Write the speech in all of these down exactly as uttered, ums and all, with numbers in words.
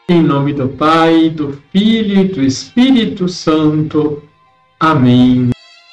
Em nome do Pai, do Filho e do Espírito Santo. Amém.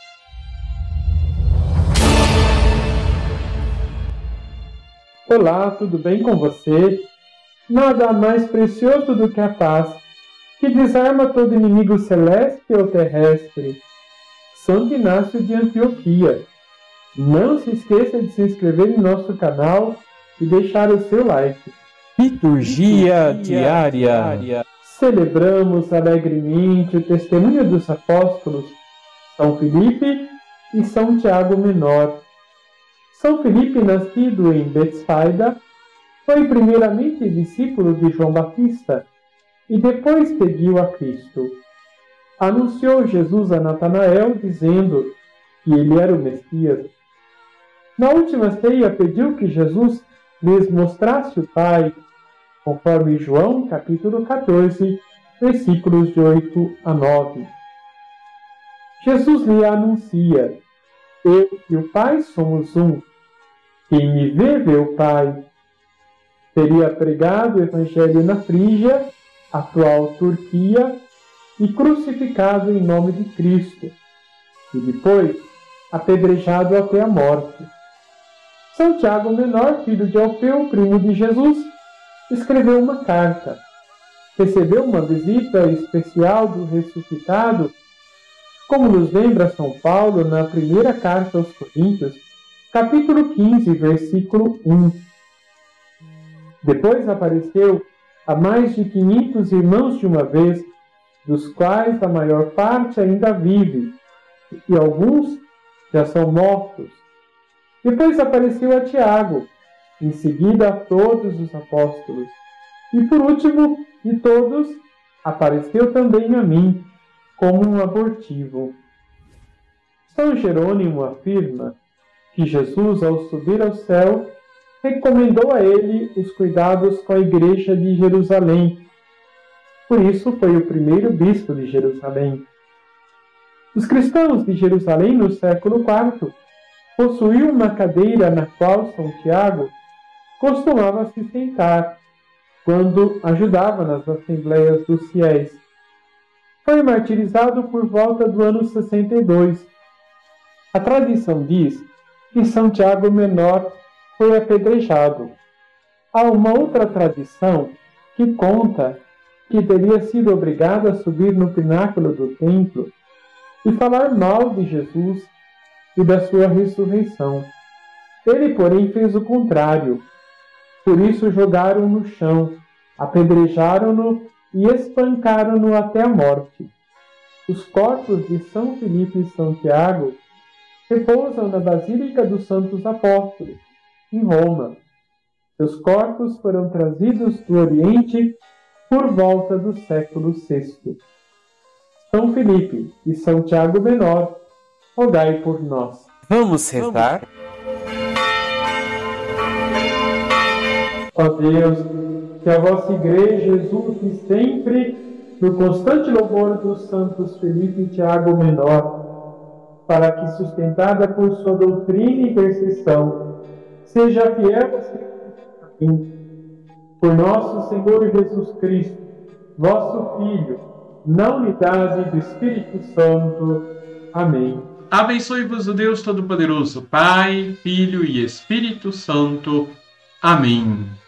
Olá, tudo bem com você? Nada mais precioso do que a paz, que desarma todo inimigo celeste ou terrestre. Santo Inácio de Antioquia. Não se esqueça de se inscrever em nosso canal e deixar o seu like. Liturgia diária. Celebramos alegremente o testemunho dos apóstolos São Filipe e São Tiago Menor. São Filipe, nascido em Betsaida, foi primeiramente discípulo de João Batista e depois seguiu a Cristo. Anunciou Jesus a Natanael, dizendo que ele era o Messias. Na última ceia, pediu que Jesus lhes mostrasse o Pai, conforme João, capítulo quatorze, versículos de oito a nove. Jesus lhe anuncia: eu e o Pai somos um. Quem me vê, vê o Pai. Teria pregado o Evangelho na Frígia, atual Turquia, e crucificado em nome de Cristo, e depois apedrejado até a morte. São Tiago Menor, filho de Alfeu, primo de Jesus, escreveu uma carta. Recebeu uma visita especial do ressuscitado, como nos lembra São Paulo na primeira carta aos Coríntios, capítulo quinze, versículo um. Depois apareceu a mais de quinhentos irmãos de uma vez, dos quais a maior parte ainda vive, e alguns já são mortos. Depois apareceu a Tiago, em seguida a todos os apóstolos. E por último de todos, apareceu também a mim, como um abortivo. São Jerônimo afirma que Jesus, ao subir ao céu, recomendou a ele os cuidados com a igreja de Jerusalém. Por isso foi o primeiro bispo de Jerusalém. Os cristãos de Jerusalém, no século quarto, possuíam uma cadeira na qual São Tiago costumava se sentar quando ajudava nas assembleias dos fiéis. Foi martirizado por volta do ano sessenta e dois. A tradição diz que São Tiago Menor foi apedrejado. Há uma outra tradição que conta que teria sido obrigado a subir no pináculo do templo e falar mal de Jesus e da sua ressurreição. Ele, porém, fez o contrário. Por isso jogaram-no no chão, apedrejaram-no e espancaram-no até a morte. Os corpos de São Filipe e São Tiago repousam na Basílica dos Santos Apóstolos, em Roma. Seus corpos foram trazidos do Oriente por volta do século sexto. São Filipe e São Tiago Menor, rogai por nós. Vamos rezar? Ó Deus, que a vossa Igreja exulte sempre no constante louvor dos santos Filipe e Tiago Menor, para que, sustentada por sua doutrina e intercessão, seja fiel a sempre. Por nosso Senhor Jesus Cristo, vosso Filho, na unidade do Espírito Santo. Amém. Abençoe-vos o Deus Todo-Poderoso, Pai, Filho e Espírito Santo. Amém.